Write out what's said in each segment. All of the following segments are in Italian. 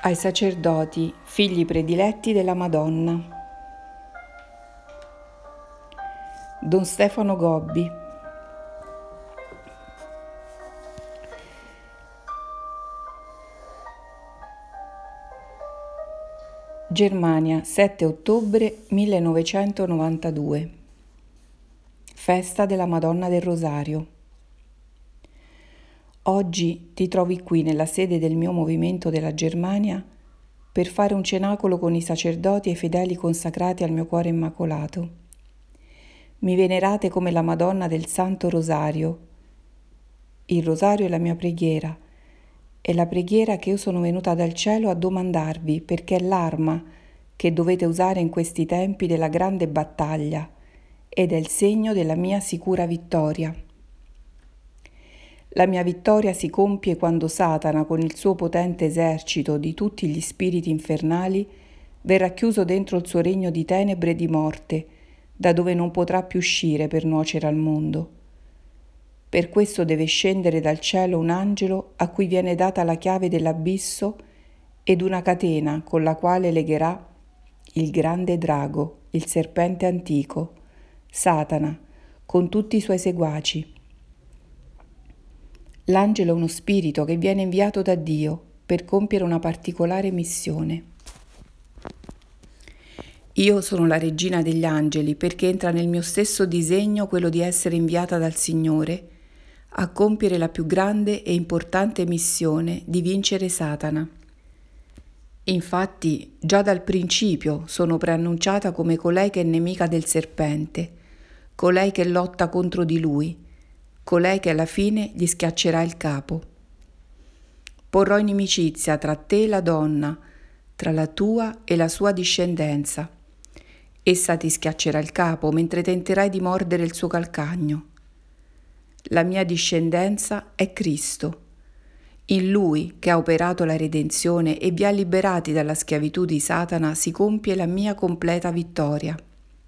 ai sacerdoti, figli prediletti della Madonna. Don Stefano Gobbi. Germania, 7 ottobre 1992. Festa della Madonna del Rosario. Oggi ti trovi qui nella sede del mio movimento della Germania per fare un cenacolo con i sacerdoti e i fedeli consacrati al mio cuore immacolato. Mi venerate come la Madonna del Santo Rosario. Il rosario è la mia preghiera. È la preghiera che io sono venuta dal cielo a domandarvi, perché è l'arma che dovete usare in questi tempi della grande battaglia ed è il segno della mia sicura vittoria. La mia vittoria si compie quando Satana, con il suo potente esercito di tutti gli spiriti infernali, verrà chiuso dentro il suo regno di tenebre e di morte, da dove non potrà più uscire per nuocere al mondo. Per questo deve scendere dal cielo un angelo a cui viene data la chiave dell'abisso ed una catena con la quale legherà il grande drago, il serpente antico, Satana, con tutti i suoi seguaci. L'angelo è uno spirito che viene inviato da Dio per compiere una particolare missione. Io sono la regina degli angeli perché entra nel mio stesso disegno quello di essere inviata dal Signore a compiere la più grande e importante missione di vincere Satana. Infatti, già dal principio sono preannunciata come colei che è nemica del serpente, colei che lotta contro di lui, colei che alla fine gli schiaccerà il capo. Porrò inimicizia tra te e la donna, tra la tua e la sua discendenza. Essa ti schiaccerà il capo mentre tenterai di mordere il suo calcagno. La mia discendenza è Cristo. In Lui, che ha operato la redenzione e vi ha liberati dalla schiavitù di Satana, si compie la mia completa vittoria.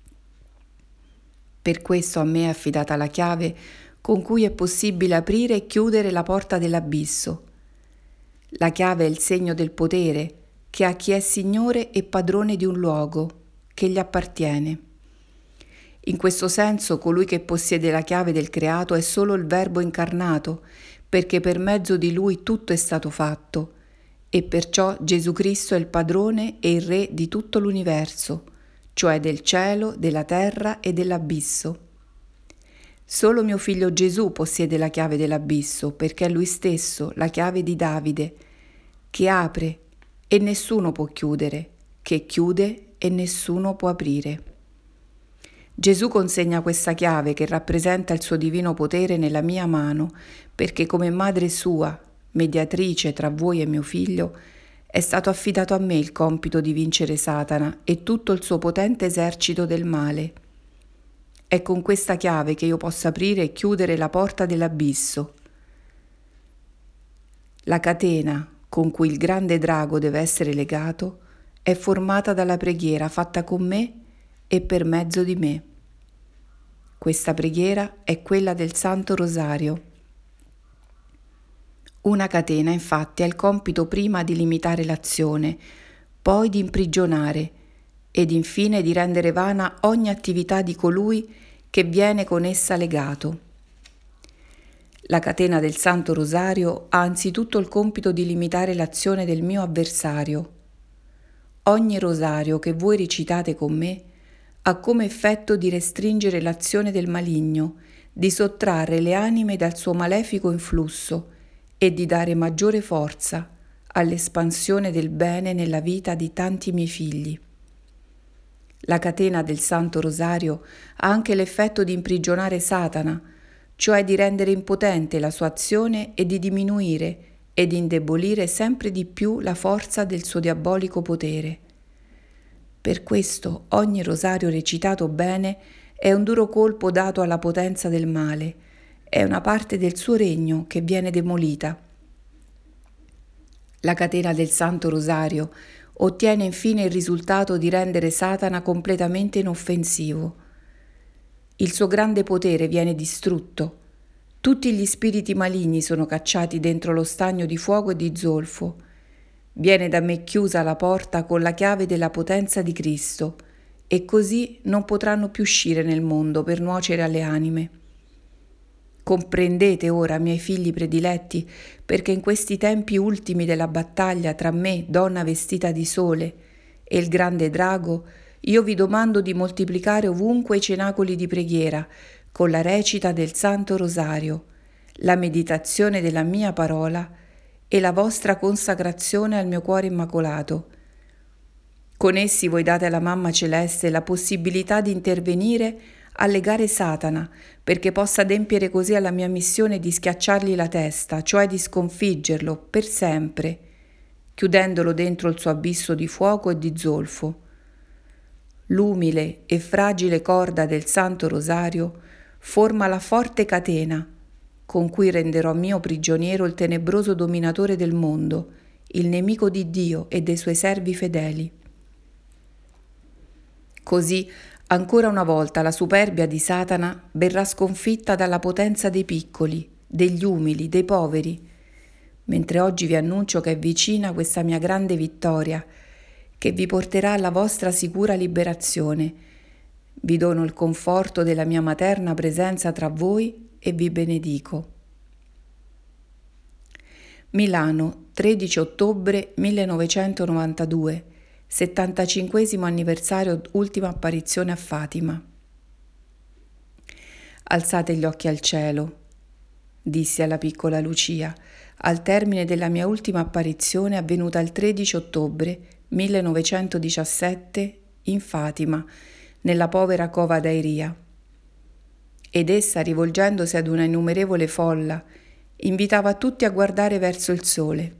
Per questo a me è affidata la chiave con cui è possibile aprire e chiudere la porta dell'abisso. La chiave è il segno del potere che ha chi è signore e padrone di un luogo che gli appartiene. In questo senso, colui che possiede la chiave del creato è solo il Verbo incarnato, perché per mezzo di lui tutto è stato fatto, e perciò Gesù Cristo è il padrone e il re di tutto l'universo, cioè del cielo, della terra e dell'abisso. Solo mio figlio Gesù possiede la chiave dell'abisso, perché è lui stesso la chiave di Davide, che apre e nessuno può chiudere, che chiude e nessuno può aprire. Gesù consegna questa chiave che rappresenta il suo divino potere nella mia mano, perché come madre sua, mediatrice tra voi e mio figlio, è stato affidato a me il compito di vincere Satana e tutto il suo potente esercito del male. È con questa chiave che io posso aprire e chiudere la porta dell'abisso. La catena con cui il grande drago deve essere legato è formata dalla preghiera fatta con me e per mezzo di me. Questa preghiera è quella del Santo Rosario. Una catena, infatti, ha il compito prima di limitare l'azione, poi di imprigionare ed infine di rendere vana ogni attività di colui che viene con essa legato. La catena del Santo Rosario ha anzitutto il compito di limitare l'azione del mio avversario. Ogni rosario che voi recitate con me ha come effetto di restringere l'azione del maligno, di sottrarre le anime dal suo malefico influsso e di dare maggiore forza all'espansione del bene nella vita di tanti miei figli. La catena del Santo Rosario ha anche l'effetto di imprigionare Satana, cioè di rendere impotente la sua azione e di diminuire e di indebolire sempre di più la forza del suo diabolico potere. Per questo ogni rosario recitato bene è un duro colpo dato alla potenza del male, è una parte del suo regno che viene demolita. La catena del Santo Rosario ottiene infine il risultato di rendere Satana completamente inoffensivo. Il suo grande potere viene distrutto. Tutti gli spiriti maligni sono cacciati dentro lo stagno di fuoco e di zolfo. viene da me chiusa la porta con la chiave della potenza di Cristo, e così non potranno più uscire nel mondo per nuocere alle anime. Comprendete ora, miei figli prediletti, perché in questi tempi ultimi della battaglia tra me, donna vestita di sole, e il grande drago, io vi domando di moltiplicare ovunque i cenacoli di preghiera, con la recita del Santo Rosario, la meditazione della mia parola e la vostra consacrazione al mio cuore immacolato. Con essi voi date alla Mamma Celeste la possibilità di intervenire a legare Satana, perché possa adempiere così alla mia missione di schiacciargli la testa, cioè di sconfiggerlo per sempre, chiudendolo dentro il suo abisso di fuoco e di zolfo. L'umile e fragile corda del Santo Rosario forma la forte catena con cui renderò mio prigioniero il tenebroso dominatore del mondo, il nemico di Dio e dei suoi servi fedeli. Così, ancora una volta, la superbia di Satana verrà sconfitta dalla potenza dei piccoli, degli umili, dei poveri, mentre oggi vi annuncio che è vicina questa mia grande vittoria, che vi porterà alla vostra sicura liberazione. Vi dono il conforto della mia materna presenza tra voi e vi benedico. Milano, 13 ottobre 1992, 75° anniversario, ultima apparizione a Fatima. Alzate gli occhi al cielo, dissi alla piccola Lucia, al termine della mia ultima apparizione avvenuta il 13 ottobre 1917 in Fatima, nella povera cova d'Airia. Ed essa, rivolgendosi ad una innumerevole folla, invitava tutti a guardare verso il sole.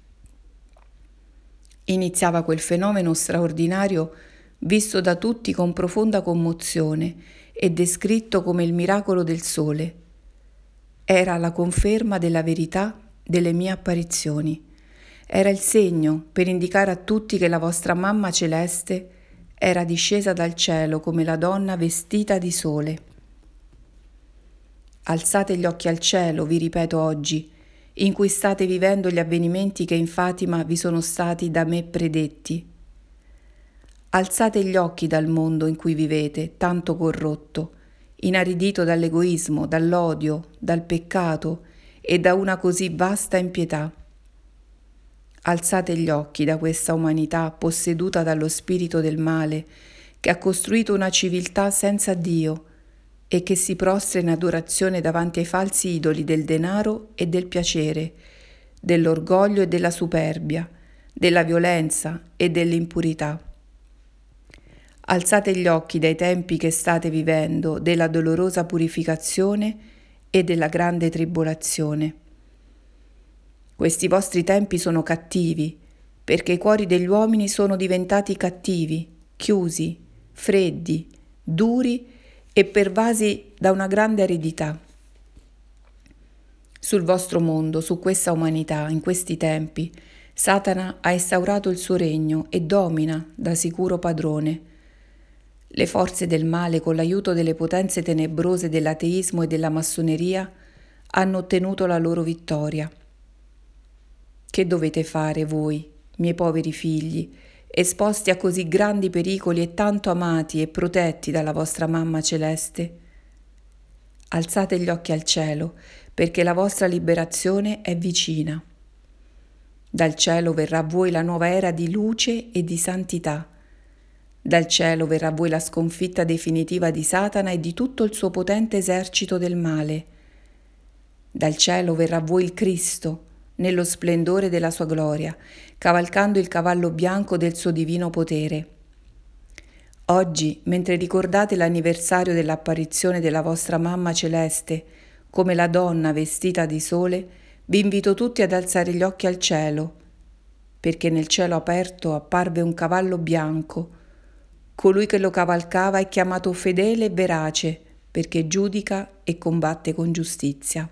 Iniziava quel fenomeno straordinario visto da tutti con profonda commozione e descritto come il miracolo del sole. Era la conferma della verità delle mie apparizioni. Era il segno per indicare a tutti che la vostra Mamma Celeste era discesa dal cielo come la donna vestita di sole. Alzate gli occhi al cielo, vi ripeto oggi, in cui state vivendo gli avvenimenti che in Fatima vi sono stati da me predetti. Alzate gli occhi dal mondo in cui vivete, tanto corrotto, inaridito dall'egoismo, dall'odio, dal peccato e da una così vasta impietà. Alzate gli occhi da questa umanità posseduta dallo spirito del male, che ha costruito una civiltà senza Dio e che si prostra in adorazione davanti ai falsi idoli del denaro e del piacere, dell'orgoglio e della superbia, della violenza e dell'impurità. Alzate gli occhi dai tempi che state vivendo, della dolorosa purificazione e della grande tribolazione. Questi vostri tempi sono cattivi, perché i cuori degli uomini sono diventati cattivi, chiusi, freddi, duri e pervasi da una grande aridità. Sul vostro mondo, su questa umanità, in questi tempi, Satana ha instaurato il suo regno e domina da sicuro padrone. Le forze del male, con l'aiuto delle potenze tenebrose dell'ateismo e della massoneria, hanno ottenuto la loro vittoria. Che dovete fare voi, miei poveri figli, esposti a così grandi pericoli e tanto amati e protetti dalla vostra Mamma Celeste? Alzate gli occhi al cielo, perché la vostra liberazione è vicina. Dal cielo verrà a voi la nuova era di luce e di santità. Dal cielo verrà a voi la sconfitta definitiva di Satana e di tutto il suo potente esercito del male. Dal cielo verrà a voi il Cristo, nello splendore della sua gloria, cavalcando il cavallo bianco del suo divino potere. Oggi, mentre ricordate l'anniversario dell'apparizione della vostra Mamma Celeste, come la donna vestita di sole, vi invito tutti ad alzare gli occhi al cielo, perché nel cielo aperto apparve un cavallo bianco. Colui che lo cavalcava è chiamato fedele e verace, perché giudica e combatte con giustizia.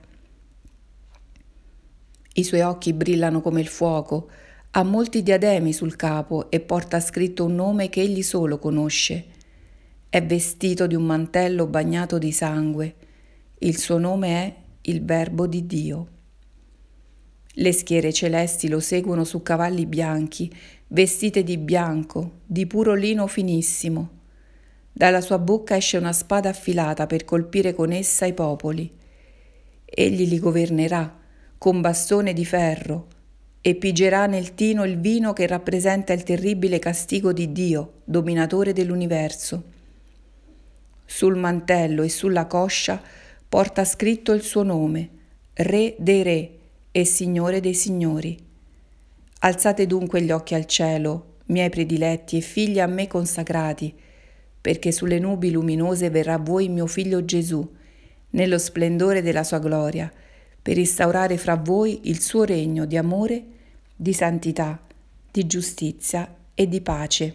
I suoi occhi brillano come il fuoco, ha molti diademi sul capo e porta scritto un nome che egli solo conosce. È vestito di un mantello bagnato di sangue. Il suo nome è il Verbo di Dio. Le schiere celesti lo seguono su cavalli bianchi, vestite di bianco, di puro lino finissimo. Dalla sua bocca esce una spada affilata per colpire con essa i popoli. Egli li governerà con bastone di ferro e pigerà nel tino il vino che rappresenta il terribile castigo di Dio, dominatore dell'universo. Sul mantello e sulla coscia porta scritto il suo nome, Re dei Re e Signore dei Signori. Alzate dunque gli occhi al cielo, miei prediletti e figli a me consacrati, perché sulle nubi luminose verrà a voi mio figlio Gesù, nello splendore della sua gloria, per instaurare fra voi il suo regno di amore, di santità, di giustizia e di pace.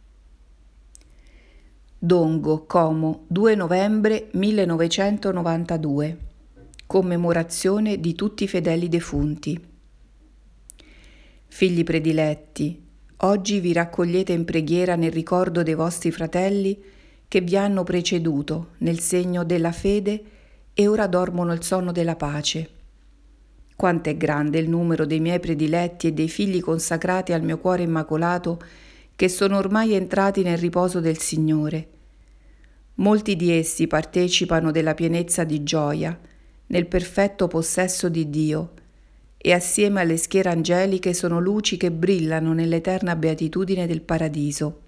Dongo, Como, 2 novembre 1992. Commemorazione di tutti i fedeli defunti. Figli prediletti, oggi vi raccogliete in preghiera nel ricordo dei vostri fratelli che vi hanno preceduto nel segno della fede e ora dormono il sonno della pace. Quanto è grande il numero dei miei prediletti e dei figli consacrati al mio cuore immacolato che sono ormai entrati nel riposo del Signore. Molti di essi partecipano della pienezza di gioia, nel perfetto possesso di Dio, e assieme alle schiere angeliche sono luci che brillano nell'eterna beatitudine del paradiso.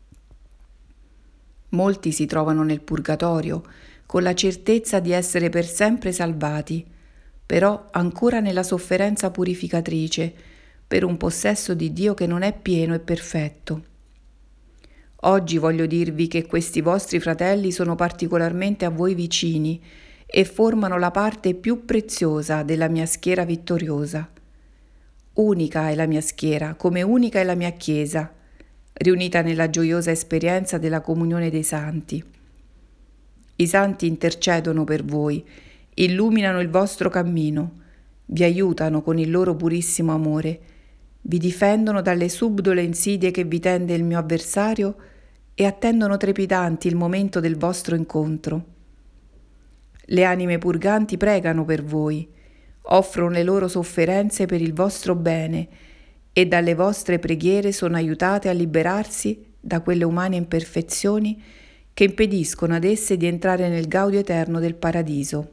Molti si trovano nel purgatorio, con la certezza di essere per sempre salvati, però ancora nella sofferenza purificatrice, per un possesso di Dio che non è pieno e perfetto. Oggi voglio dirvi che questi vostri fratelli sono particolarmente a voi vicini e formano la parte più preziosa della mia schiera vittoriosa. Unica è la mia schiera, come unica è la mia Chiesa, riunita nella gioiosa esperienza della comunione dei santi. I santi intercedono per voi, illuminano il vostro cammino, vi aiutano con il loro purissimo amore, vi difendono dalle subdole insidie che vi tende il mio avversario e attendono trepidanti il momento del vostro incontro. Le anime purganti pregano per voi, offrono le loro sofferenze per il vostro bene e dalle vostre preghiere sono aiutate a liberarsi da quelle umane imperfezioni che impediscono ad esse di entrare nel gaudio eterno del paradiso.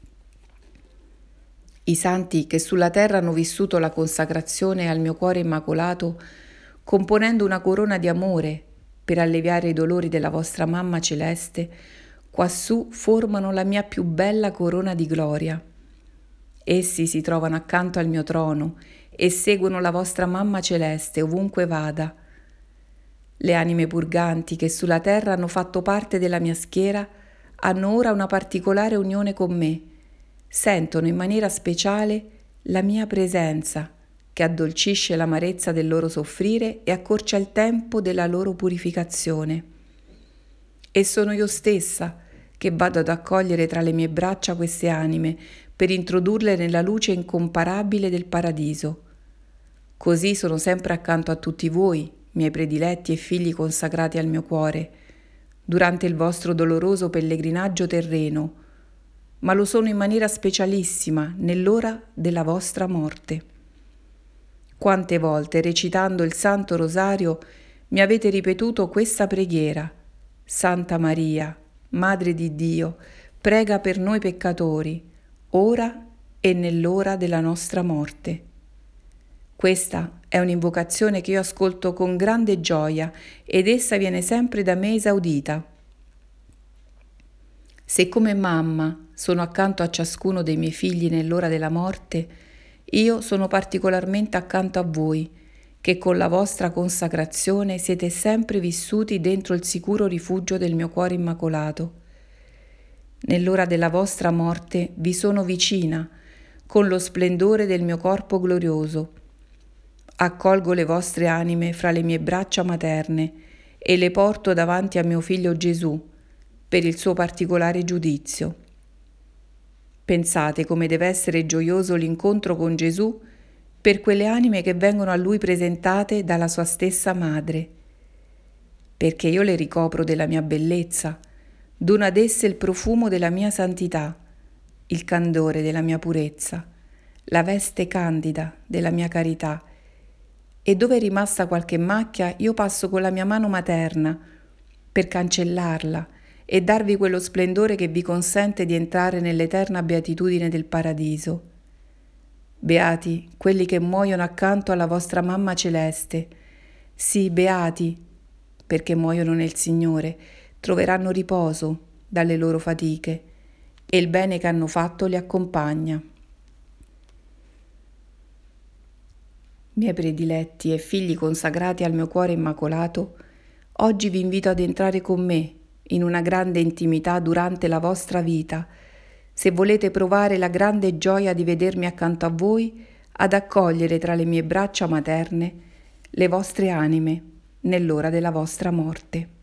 I santi che sulla terra hanno vissuto la consacrazione al mio cuore immacolato, componendo una corona di amore per alleviare i dolori della vostra mamma celeste, quassù formano la mia più bella corona di gloria. Essi si trovano accanto al mio trono e seguono la vostra mamma celeste ovunque vada. Le anime purganti che sulla terra hanno fatto parte della mia schiera hanno ora una particolare unione con me, sentono in maniera speciale la mia presenza che addolcisce l'amarezza del loro soffrire e accorcia il tempo della loro purificazione. E sono io stessa che vado ad accogliere tra le mie braccia queste anime per introdurle nella luce incomparabile del paradiso. Così sono sempre accanto a tutti voi, miei prediletti e figli consacrati al mio cuore, durante il vostro doloroso pellegrinaggio terreno, ma lo sono in maniera specialissima nell'ora della vostra morte. Quante volte, recitando il Santo Rosario, mi avete ripetuto questa preghiera: Santa Maria, Madre di Dio, prega per noi peccatori, ora e nell'ora della nostra morte. Questa è un'invocazione che io ascolto con grande gioia ed essa viene sempre da me esaudita. Se come mamma sono accanto a ciascuno dei miei figli nell'ora della morte, io sono particolarmente accanto a voi, che con la vostra consacrazione siete sempre vissuti dentro il sicuro rifugio del mio cuore immacolato. Nell'ora della vostra morte vi sono vicina, con lo splendore del mio corpo glorioso. Accolgo le vostre anime fra le mie braccia materne e le porto davanti a mio figlio Gesù, per il suo particolare giudizio. Pensate come deve essere gioioso l'incontro con Gesù per quelle anime che vengono a Lui presentate dalla sua stessa madre, perché io le ricopro della mia bellezza, dono ad esse il profumo della mia santità, il candore della mia purezza, la veste candida della mia carità, e dove è rimasta qualche macchia io passo con la mia mano materna per cancellarla e darvi quello splendore che vi consente di entrare nell'eterna beatitudine del paradiso. Beati quelli che muoiono accanto alla vostra mamma celeste. Sì, beati, perché muoiono nel Signore, troveranno riposo dalle loro fatiche e il bene che hanno fatto li accompagna. Miei prediletti e figli consacrati al mio cuore immacolato, oggi vi invito ad entrare con me in una grande intimità durante la vostra vita, se volete provare la grande gioia di vedermi accanto a voi, ad accogliere tra le mie braccia materne le vostre anime nell'ora della vostra morte.